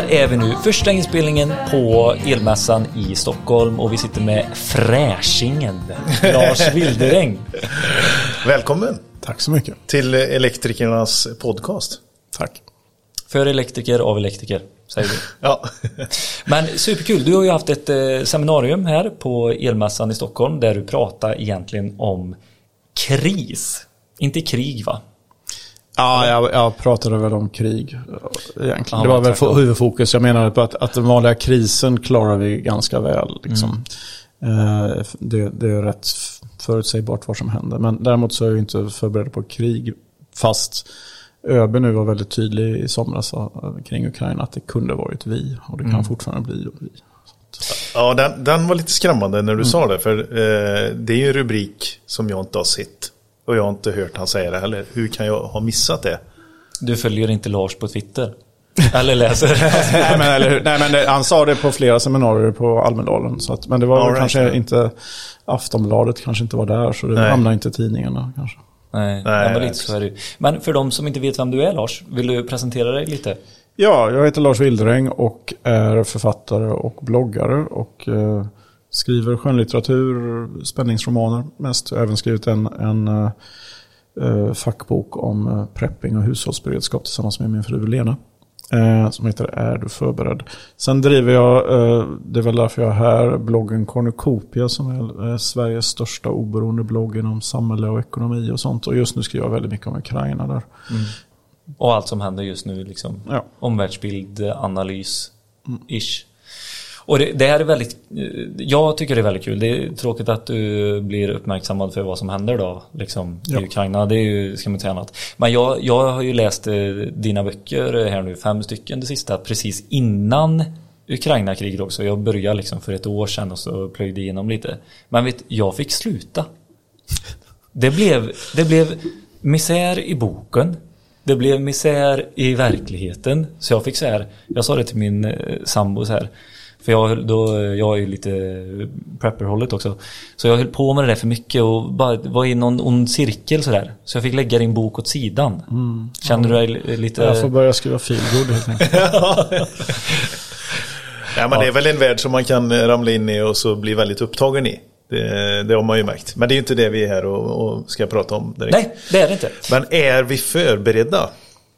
Här är vi nu, första inspelningen på elmässan i Stockholm och vi sitter med fräschingen Lars Wildereng. Välkommen. Tack så mycket. Till Elektrikernas podcast. Tack. För elektriker av elektriker, säger du. Ja. Men superkul, du har ju haft ett seminarium här på elmässan i Stockholm där du pratar egentligen om kris. Inte krig, va? Ja, jag pratade väl om krig egentligen. Ja, det var väl huvudfokus. Jag menar på att den vanliga krisen klarar vi ganska väl. Liksom. Det är rätt förutsägbart vad som händer. Men däremot så är jag inte förberedd på krig. Fast ÖB nu var väldigt tydlig i somras kring Ukraina att det kunde varit vi. Och det kan fortfarande bli vi. Ja, den var lite skrämmande när du sa det. För det är ju en rubrik som jag inte har sett. Och jag har inte hört han säga det heller. Hur kan jag ha missat det? Du följer inte Lars på Twitter? Eller läser? nej, men han sa det på flera seminarier på Almedalen. Så att, men det var kanske inte... Aftonbladet kanske inte var där. Så det hamnade inte i tidningarna kanske. Nej, men lite så är det. Men för de som inte vet vem du är, Lars, vill du presentera dig lite? Ja, jag heter Lars Wildereng och är författare och bloggare. Och... skriver skönlitteratur, spänningsromaner mest. Jag har även skrivit en fackbok om prepping och hushållsberedskap tillsammans med min fru Lena. Som heter Är du förberedd? Sen driver jag, det är väl därför jag är här, bloggen Cornucopia som är Sveriges största oberoende blogg inom samhälle och ekonomi och sånt. Och just nu skriver jag väldigt mycket om Ukraina där. Och allt som händer just nu, liksom omvärldsbild, analys-ish. Och det här är väldigt, jag tycker det är väldigt kul. Det är tråkigt att du blir uppmärksammad för vad som händer då liksom, i Ukraina. Det är ju, ska man säga annat. Men jag har ju läst dina böcker här nu, 5 stycken det sista, precis innan Ukraina-kriget också. Jag började liksom för ett år sedan och så plöjde igenom lite. Men jag fick sluta. Det blev misär i boken. Det blev misär i verkligen. Så jag fick så här, jag sa det till min sambo så här. För jag är ju lite prepperhållet också. Så jag höll på med det där för mycket och bara var i någon ond cirkel så där. Så jag fick lägga din bok åt sidan. Känner du dig lite... Jag får börja skriva feelgood helt enkelt. Ja, men det är väl en värld som man kan ramla in i och så bli väldigt upptagen i. Det har man ju märkt. Men det är ju inte det vi är här och ska prata om direkt. Nej, det är det inte. Men är vi förberedda?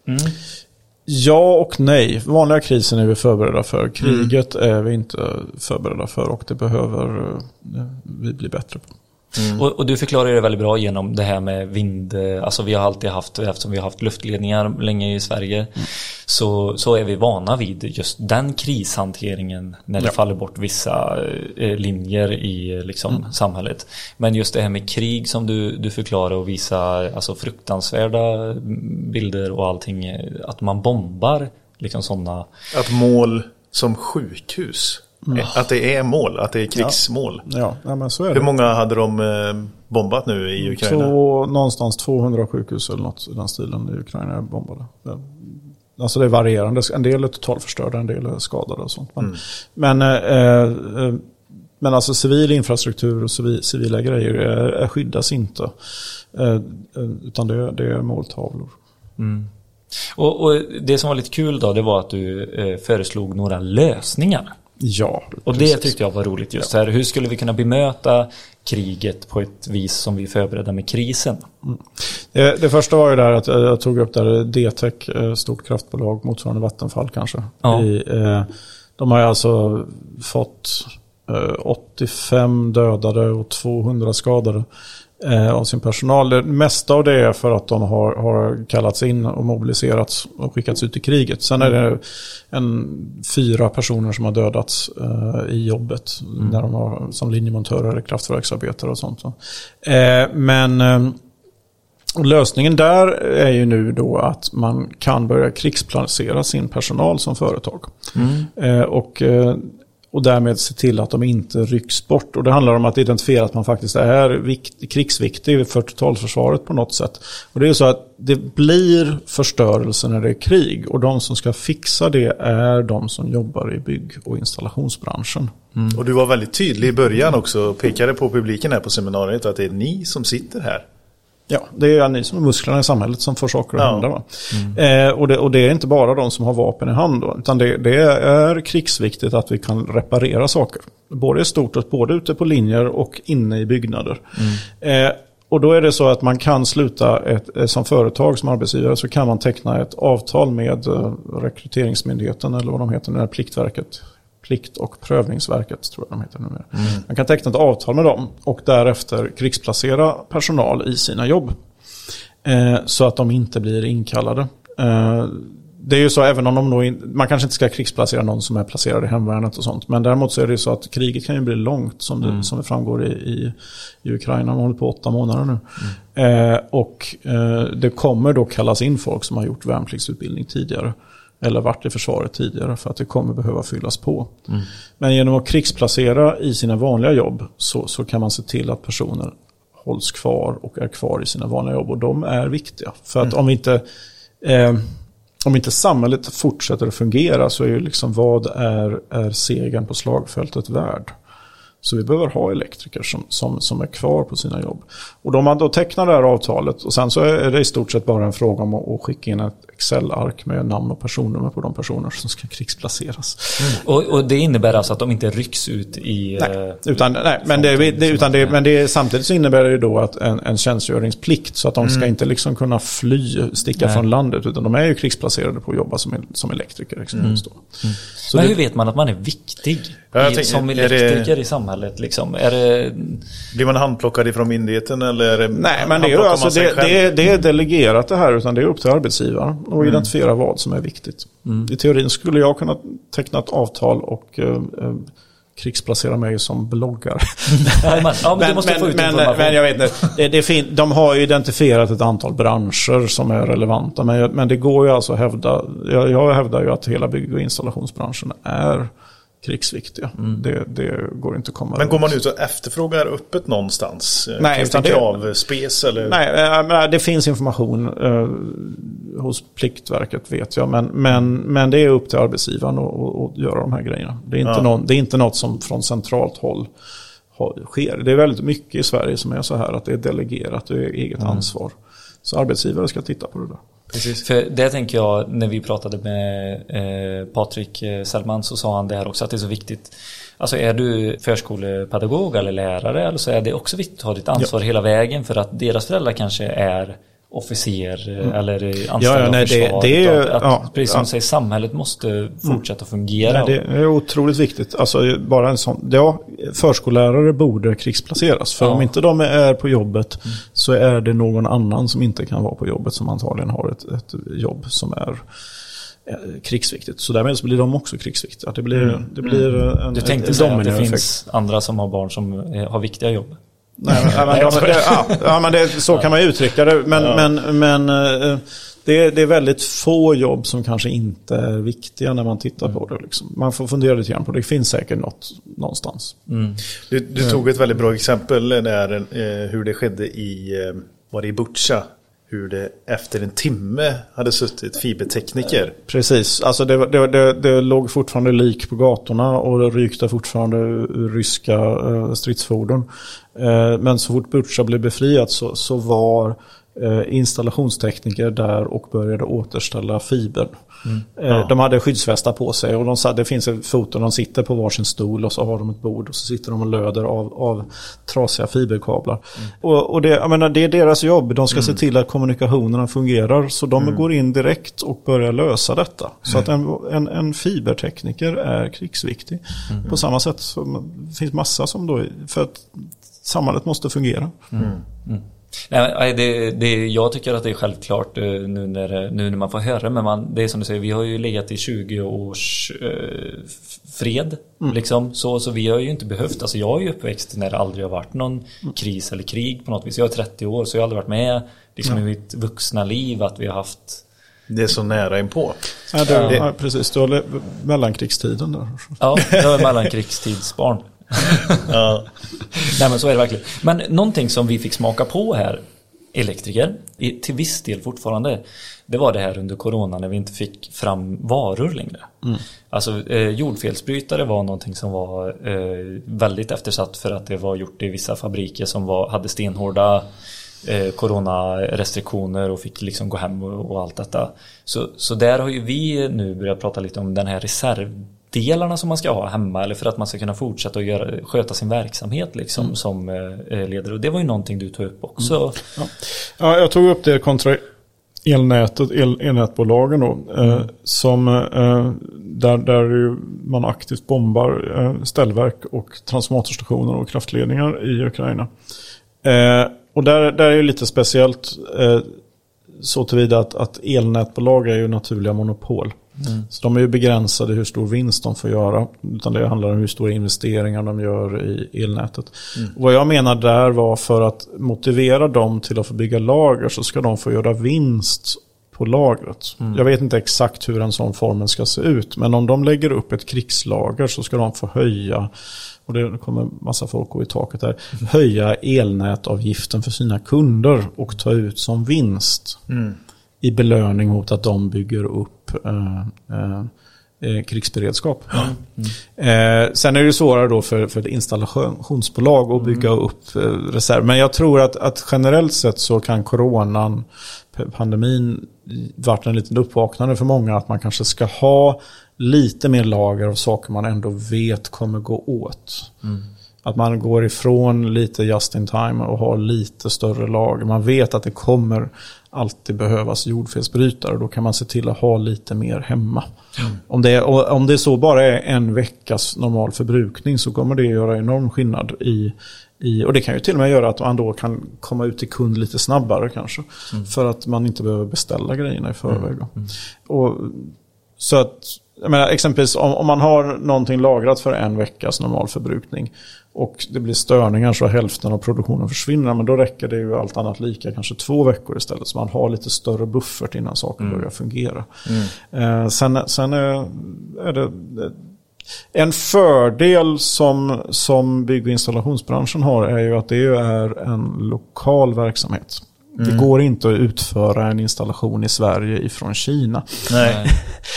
Ja och nej. Vanliga krisen är vi förberedda för. Kriget är vi inte förberedda för och det behöver vi bli bättre på. Och du förklarar det väldigt bra genom det här med vind. Alltså vi har alltid haft, eftersom vi har haft luftledningar länge i Sverige, så är vi vana vid just den krishanteringen när det faller bort vissa linjer i liksom samhället. Men just det här med krig som du förklarar och visar alltså fruktansvärda bilder och allting, att man bombar liksom sådana. Att mål som sjukhus. Att det är mål, att det är krigsmål. Ja, men så är det. Hur många hade de bombat nu i Ukraina? Någonstans 200 sjukhus eller något i den stilen i Ukraina är bombade. Alltså det är varierande. En del är totalförstörda, en del är skadade och sånt. Men alltså civil infrastruktur och civila grejer skyddas inte. Utan det är måltavlor. Och det som var lite kul då, det var att du föreslog några lösningar. Ja, och precis. Det tyckte jag var roligt just här. Hur skulle vi kunna bemöta kriget på ett vis som vi förberedda med krisen? Det första var ju där att jag tog upp där D-Tech, stort kraftbolag motsvarande Vattenfall kanske. Ja. De har alltså fått 85 dödade och 200 skadade av sin personal. Det mesta av det är för att de har kallats in och mobiliserats och skickats ut i kriget. Sen är det 4 personer som har dödats i jobbet när de var som linjemontörer, kraftverksarbetare och sånt. Men lösningen där är ju nu då att man kan börja krigsplacera sin personal som företag. Och därmed se till att de inte rycks bort. Och det handlar om att identifiera att man faktiskt är krigsviktig för totalförsvaret på något sätt. Och det är så att det blir förstörelse när det är krig. Och de som ska fixa det är de som jobbar i bygg- och installationsbranschen. Och du var väldigt tydlig i början också och pekade på publiken här på seminariet att det är ni som sitter här. Ja, det är ni som är musklerna i samhället som får saker att hända. Va? Och det är inte bara de som har vapen i hand då, utan det är krigsviktigt att vi kan reparera saker. Både i stort och både ute på linjer och inne i byggnader. Och då är det så att man kan sluta som företag, som arbetsgivare, så kan man teckna ett avtal med rekryteringsmyndigheten eller vad de heter nu, Pliktverket. Plikt- och prövningsverket tror jag de heter numera. Man kan teckna ett avtal med dem och därefter krigsplacera personal i sina jobb. Så att de inte blir inkallade. Det är ju så, även om man kanske inte ska krigsplacera någon som är placerad i hemvärnet och sånt. Men däremot så är det så att kriget kan ju bli långt som det framgår i Ukraina. Man håller på 8 månader nu. Och det kommer då kallas in folk som har gjort värnpliktsutbildning tidigare. Eller varit i försvaret tidigare, för att det kommer behöva fyllas på. Men genom att krigsplacera i sina vanliga jobb så kan man se till att personer hålls kvar och är kvar i sina vanliga jobb. Och de är viktiga. För att om inte samhället fortsätter att fungera, så är ju liksom, vad är segern på slagfältet värd? Så vi behöver ha elektriker som är kvar på sina jobb. Och då man då tecknar det här avtalet, och sen så är det i stort sett bara en fråga om att skicka in ett Excel-ark med namn och personnummer på de personer som ska krigsplaceras. Och det innebär alltså att de inte rycks ut i... Men samtidigt så innebär det ju då att en tjänstgöringsplikt, så att de ska inte liksom kunna sticka från landet, utan de är ju krigsplacerade på att jobba som elektriker. Men hur vet man att man är viktig som elektriker i samhället? Liksom? Blir man handplockad ifrån myndigheten? Eller nej, men det är delegerat det här, utan det är upp till arbetsgivaren att identifiera vad som är viktigt. I teorin skulle jag kunna teckna ett avtal och krigsplacera mig som bloggare. Men jag vet inte. De har ju identifierat ett antal branscher som är relevanta, men det går ju alltså att hävda. Jag hävdar ju att hela bygg- och installationsbranschen är krigsviktiga. Det går inte att komma. Men går man ut och efterfrågar öppet någonstans? Nej, finns det kravspec eller? Nej, det finns information hos Pliktverket, vet jag, men det är upp till arbetsgivaren att göra de här grejerna. Det är inte något som från centralt håll sker. Det är väldigt mycket i Sverige som är så här att det är delegerat och är eget ansvar. Så arbetsgivare ska titta på det där. Precis. För det tänker jag, när vi pratade med Patrik Sellman, så sa han det här också, att det är så viktigt. Alltså, är du förskolepedagog eller lärare, eller så är det också viktigt att ha ditt ansvar hela vägen, för att deras föräldrar kanske är officer eller anställda försvaret. Precis som säger, samhället måste fortsätta fungera. Nej, det är otroligt viktigt. Alltså, bara en sån, förskollärare borde krigsplaceras. För om inte de är på jobbet så är det någon annan som inte kan vara på jobbet, som antagligen har ett jobb som är krigsviktigt. Så därmed så blir de också krigsviktiga. Det blir du tänkte säga att det finns andra som har barn som har viktiga jobb. Så kan man uttrycka det. Men det är väldigt få jobb som kanske inte är viktiga när man tittar på det. Liksom. Man får fundera lite grann på det. Det finns säkert något någonstans. Du tog ett väldigt bra exempel där, hur det skedde i Butja. Hur det efter en timme hade suttit fibertekniker. Precis, alltså det låg fortfarande lik på gatorna och det rykte fortfarande ur ryska stridsfordon. Men så fort Butja blev befriat så var installationstekniker där och började återställa fibern. De hade skyddsvästar på sig och det finns ett foto, de sitter på varsin stol och så har de ett bord och så sitter de och löder av trasiga fiberkablar. Och det är deras jobb. De ska se till att kommunikationerna fungerar, så de går in direkt och börjar lösa detta. Så att en fibertekniker är krigsviktig. På samma sätt som det finns massa som då, för att samhället måste fungera. Nej, jag tycker att det är självklart nu när man får höra, men det är som du säger, vi har ju legat i 20 års fred liksom, så vi har ju inte behövt, alltså jag är ju uppväxt när det aldrig har varit någon kris eller krig på något vis. Jag är 30 år, så jag har aldrig varit med liksom, i mitt vuxna liv att vi har haft. Det är så nära inpå. Ja, precis, du har mellankrigstiden där. Ja, jag är mellankrigstidsbarn. Nej, men så är det verkligen. Men någonting som vi fick smaka på här, elektriker, till viss del fortfarande, det var det här under corona när vi inte fick fram varor längre. Alltså jordfelsbrytare var någonting som var väldigt eftersatt, för att det var gjort i vissa fabriker som hade stenhårda coronarestriktioner och fick liksom gå hem och allt detta. Så där har ju vi nu börjat prata lite om den här reservdelarna som man ska ha hemma, eller för att man ska kunna fortsätta och sköta sin verksamhet liksom, som ledare. Och det var ju någonting du tog upp också. Ja, jag tog upp det kontra elnätbolagen då, som där man aktivt bombar ställverk och transformatorstationer och kraftledningar i Ukraina. Och där är ju lite speciellt så tillvida att elnätbolag är ju naturliga monopol. Så de är ju begränsade hur stor vinst de får göra, utan det handlar om hur stora investeringar de gör i elnätet. Och vad jag menar där var, för att motivera dem till att få bygga lager så ska de få göra vinst på lagret. Jag vet inte exakt hur en sån formen ska se ut, men om de lägger upp ett krigslager så ska de få höja, och det kommer massa folk gå i taket där, höja elnätavgiften för sina kunder och ta ut som vinst i belöning mot att de bygger upp krigsberedskap. Sen är det svårare då för ett installationsbolag att bygga upp reserv. Men jag tror att generellt sett så kan pandemin varit en liten uppvaknande för många, att man kanske ska ha lite mer lager av saker man ändå vet kommer gå åt. Att man går ifrån lite just in time och har lite större lager. Man vet att det kommer alltid behövas jordfelsbrytare, och då kan man se till att ha lite mer hemma. Om det så bara är en veckas normal förbrukning, så kommer det göra enorm skillnad och det kan ju till och med göra att man då kan komma ut till kund lite snabbare kanske, för att man inte behöver beställa grejerna i förväg. Och så att, jag menar, exempelvis om man har någonting lagrat för en veckas normal förbrukning och det blir störningar så hälften av produktionen försvinner, men då räcker det ju allt annat lika kanske 2 veckor istället, så man har lite större buffert innan saker börjar fungera. Sen är det en fördel som bygg- och installationsbranschen har, är ju att det är en lokal verksamhet. Det går inte att utföra en installation i Sverige ifrån Kina. Nej.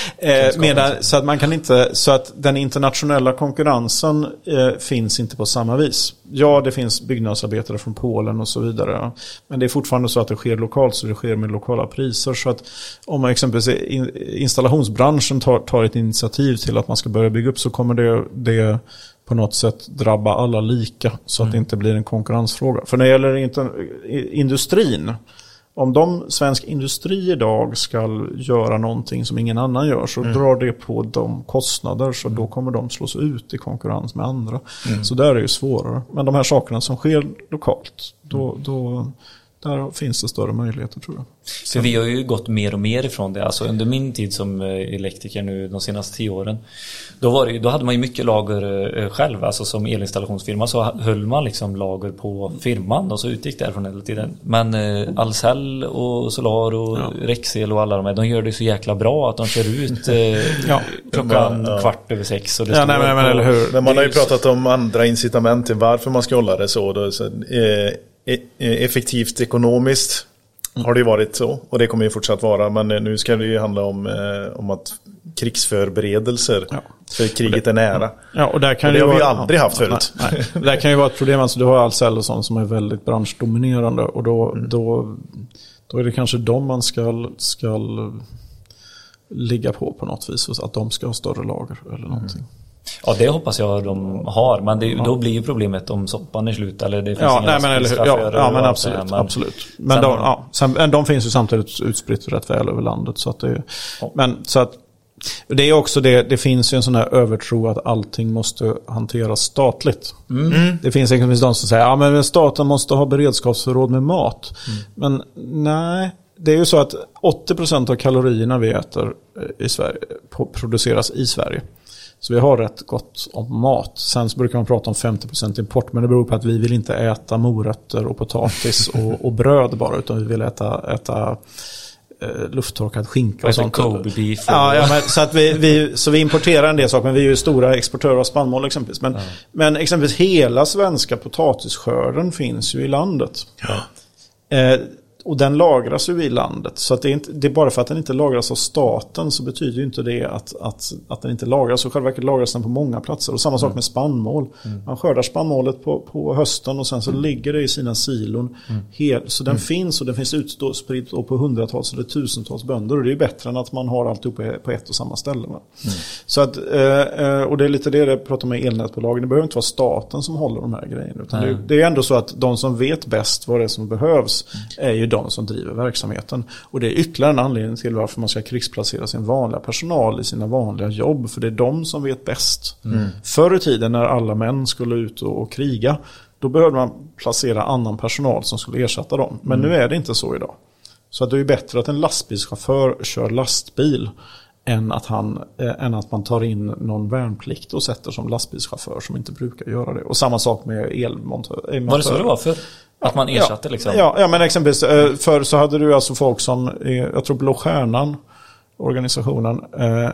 Så att man kan inte, så att den internationella konkurrensen finns inte på samma vis. Ja, det finns byggnadsarbetare från Polen och så vidare. Men det är fortfarande så att det sker lokalt, så det sker med lokala priser. Så att om man exempelvis installationsbranschen tar ett initiativ till att man ska börja bygga upp, så kommer det på något sätt drabba alla lika, så att det inte blir en konkurrensfråga. För när det gäller industrin, om svensk industri idag ska göra någonting som ingen annan gör, så drar det på de kostnader, så då kommer de slås ut i konkurrens med andra. Så där är det svårare. Men de här sakerna som sker lokalt, där finns det större möjligheter, tror jag. För vi har ju gått mer och mer ifrån det. Alltså under min tid som elektriker nu de senaste 10 åren, då hade man ju mycket lager själv. Alltså som elinstallationsfirma så höll man liksom lager på firman och så utgick därifrån hela tiden. Men Ahlsell och Solar och Rexel och alla de här, de gör det så jäkla bra att de kör ut klockan 6:15. Och det eller hur? Men man har ju pratat om andra incitament till varför man ska hålla det så. Effektivt ekonomiskt har det ju varit så, och det kommer ju fortsatt vara, men nu ska det ju handla om att krigsförberedelser, för kriget är nära. Och där kan och det har vi ju aldrig haft förut. Nej. Där kan ju vara ett problem, alltså du har Ahlsell och sånt som är väldigt branschdominerande, och då är det kanske de man ska ligga på något vis, så att de ska ha större lager eller någonting. Ja, det hoppas jag de har, men då blir ju problemet om soppan är slut, eller det finns men absolut. Men de finns ju samtidigt utspritt rätt väl över landet, så att det det är också det finns ju en sån här övertro att allting måste hanteras statligt. Det finns exempelvis de som säger men staten måste ha beredskapsförråd med mat. Men nej, det är ju så att 80% av kalorierna vi äter i Sverige produceras i Sverige. Så vi har rätt gott om mat. Sen så brukar man prata om 50% import, men det beror på att vi vill inte äta morötter och potatis och bröd bara, utan vi vill äta lufttorkad skinka och sånt. Kobe beef. Så vi importerar en del saker, men vi är ju stora exportörer av spannmål exempelvis. Men exempelvis hela svenska potatisskörden finns ju i landet. Och den lagras ju i landet. Så att det är bara för att den inte lagras av staten så betyder ju inte det att den inte lagras. Och själva verket lagras den på många platser. Och samma sak med spannmål. Man skördar spannmålet på hösten och sen så ligger det i sina silon. Så den finns och den finns utspridd på hundratals eller tusentals bönder. Och det är bättre än att man har alltihop på ett och samma ställe. Så att, och det är lite det jag pratar med elnätbolagen. Det behöver inte vara staten som håller de här grejerna. Utan det är ändå så att de som vet bäst vad det är som behövs är ju de som driver verksamheten. Och det är ytterligare en anledning till varför man ska krigsplacera sin vanliga personal i sina vanliga jobb. För det är de som vet bäst. Förr i tiden när alla män skulle ut och kriga, då behövde man placera annan personal som skulle ersätta dem. Men nu är det inte så idag. Så att det är bättre att en lastbilschaufför kör lastbil än att man tar in någon värnplikt och sätter som lastbilschaufför som inte brukar göra det. Och samma sak med elmontör. Var det så det var för? Att man ersatte liksom? Ja, men exempelvis förr så hade du alltså folk som, jag tror Blå Stjärnan, organisationen,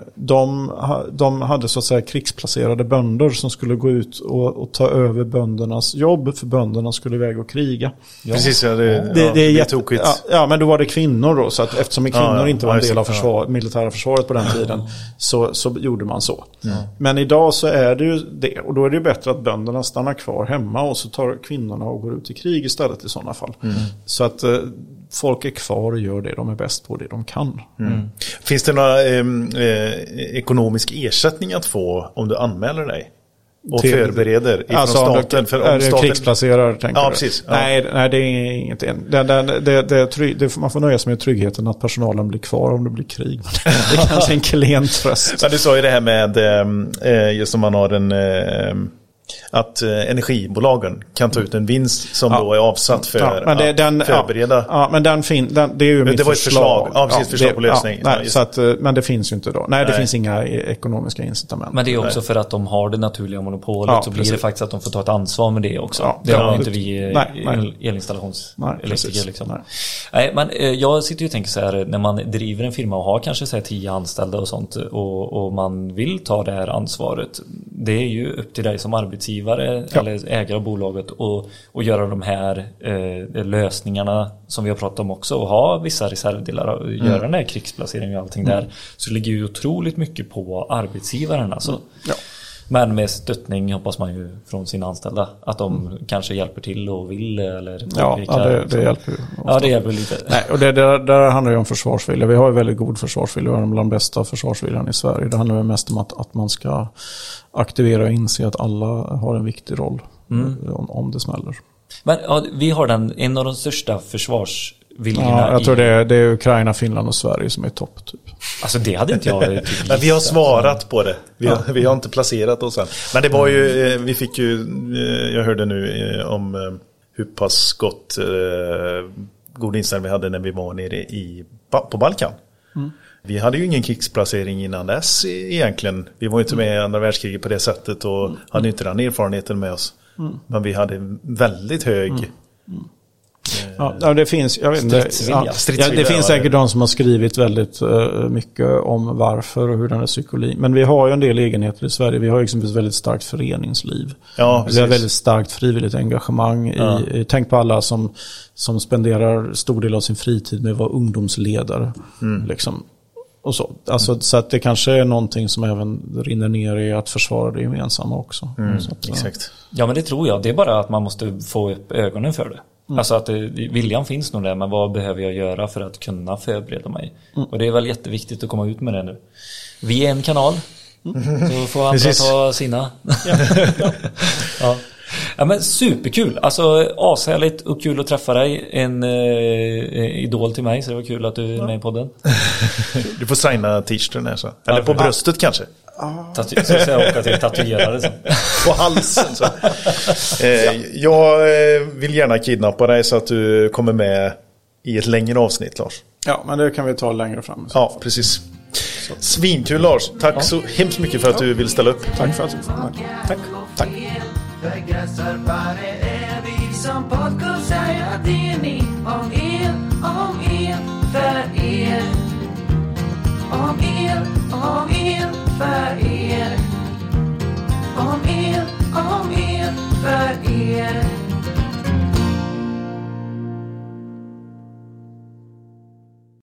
de hade så att säga krigsplacerade bönder som skulle gå ut och ta över böndernas jobb, för bönderna skulle iväg och kriga. Ja. Precis, det är jättetokigt. Ja, men då var det kvinnor då, så att eftersom kvinnor inte var en del av militära försvaret på den tiden så gjorde man så. Men idag så är det ju det, och då är det ju bättre att bönderna stannar kvar hemma och så tar kvinnorna och går ut i krig istället i sådana fall. Så att folk är kvar och gör det de är bäst på, det de kan. Finns det några ekonomisk ersättning att få om du anmäler dig och förbereder ifrån alltså, staten? För om staten krigsplacerar, tänker du? Precis. Ja. Nej, det är inget. Man får nöja sig med tryggheten att personalen blir kvar om det blir krig. Det är kanske en klen tröst. Men du sa ju det här med just som man har att energibolagen kan ta ut en vinst som då är avsatt för att förbereda. Ja, men det är ju mitt var ett förslag. Ja, precis, förslag på lösning. Men det finns ju inte då. Nej, det finns inga ekonomiska incitament. Men det är också för att de har det naturliga monopolet, så blir det faktiskt att de får ta ett ansvar med det också. Det har inte vi elinstallationselektriker liksom. Nej, men jag sitter ju och tänker så här, när man driver en firma och har kanske så här 10 anställda och sånt och man vill ta det här ansvaret, det är ju upp till dig som arbetsgivare eller ägare av bolaget och göra de här lösningarna som vi har pratat om också, och ha vissa reservdelar och göra den här krigsplaceringen och allting där, så det ligger ju otroligt mycket på arbetsgivaren alltså. Men med stöttning hoppas man ju från sina anställda att de kanske hjälper till och vill eller det hjälper ju. Ja, det hjälper lite. Nej, och det där handlar ju om försvarsvilja. Vi har ju väldigt god försvarsvilja, vi har bland bästa försvarsviljan i Sverige. Det handlar ju mest om att man ska aktivera och inse att alla har en viktig roll om det smäller. Men vi har en av de största försvarsviljorna. Ja, jag tror det är Ukraina, Finland och Sverige som är topp typ. Alltså det hade inte jag. Men vi har svarat på det. Vi har inte placerat oss än. Men det var ju, vi fick ju, jag hörde nu om hur pass god inställning vi hade när vi var nere på Balkan. Vi hade ju ingen krigsplacering innan dess egentligen. Vi var ju inte med i andra världskriget på det sättet och hade inte den erfarenheten med oss. Men vi hade väldigt hög... Ja, det finns, jag vet inte, det finns säkert de som har skrivit väldigt mycket om varför och hur den är psykologi. Men vi har ju en del egenheter i Sverige. Vi har exempelvis väldigt starkt föreningsliv. Vi har väldigt starkt frivilligt engagemang. Tänk på alla som spenderar stor del av sin fritid med att vara ungdomsledare. Liksom. Och så. Alltså, så att det kanske är någonting som även rinner ner i att försvara det gemensamma också. Så att, exakt. Ja, men det tror jag. Det är bara att man måste få upp ögonen för det. Alltså att viljan finns nog där, men vad behöver jag göra för att kunna förbereda mig? Och det är väl jätteviktigt att komma ut med det nu. Vi är en kanal, så får andra ta sina. Ja, men superkul. Alltså ashärligt och kul att träffa dig. En idol till mig, så det var kul att du är med i podden. Du får signa t-shirten här så. Eller på bröstet kanske. Så ska jag åka till tatuerare så. På halsen så. Jag vill gärna kidnappa dig så att du kommer med i ett längre avsnitt, Lars. Ja, men det kan vi ta längre fram. Ja, precis. Svinkul, Lars. Tack så hemskt mycket för att du vill ställa upp. Tack för att du fick. Tack. Gräsarpare är vi som podcast säger att det är ni om er, för er. Om er, för er. Om er, för er.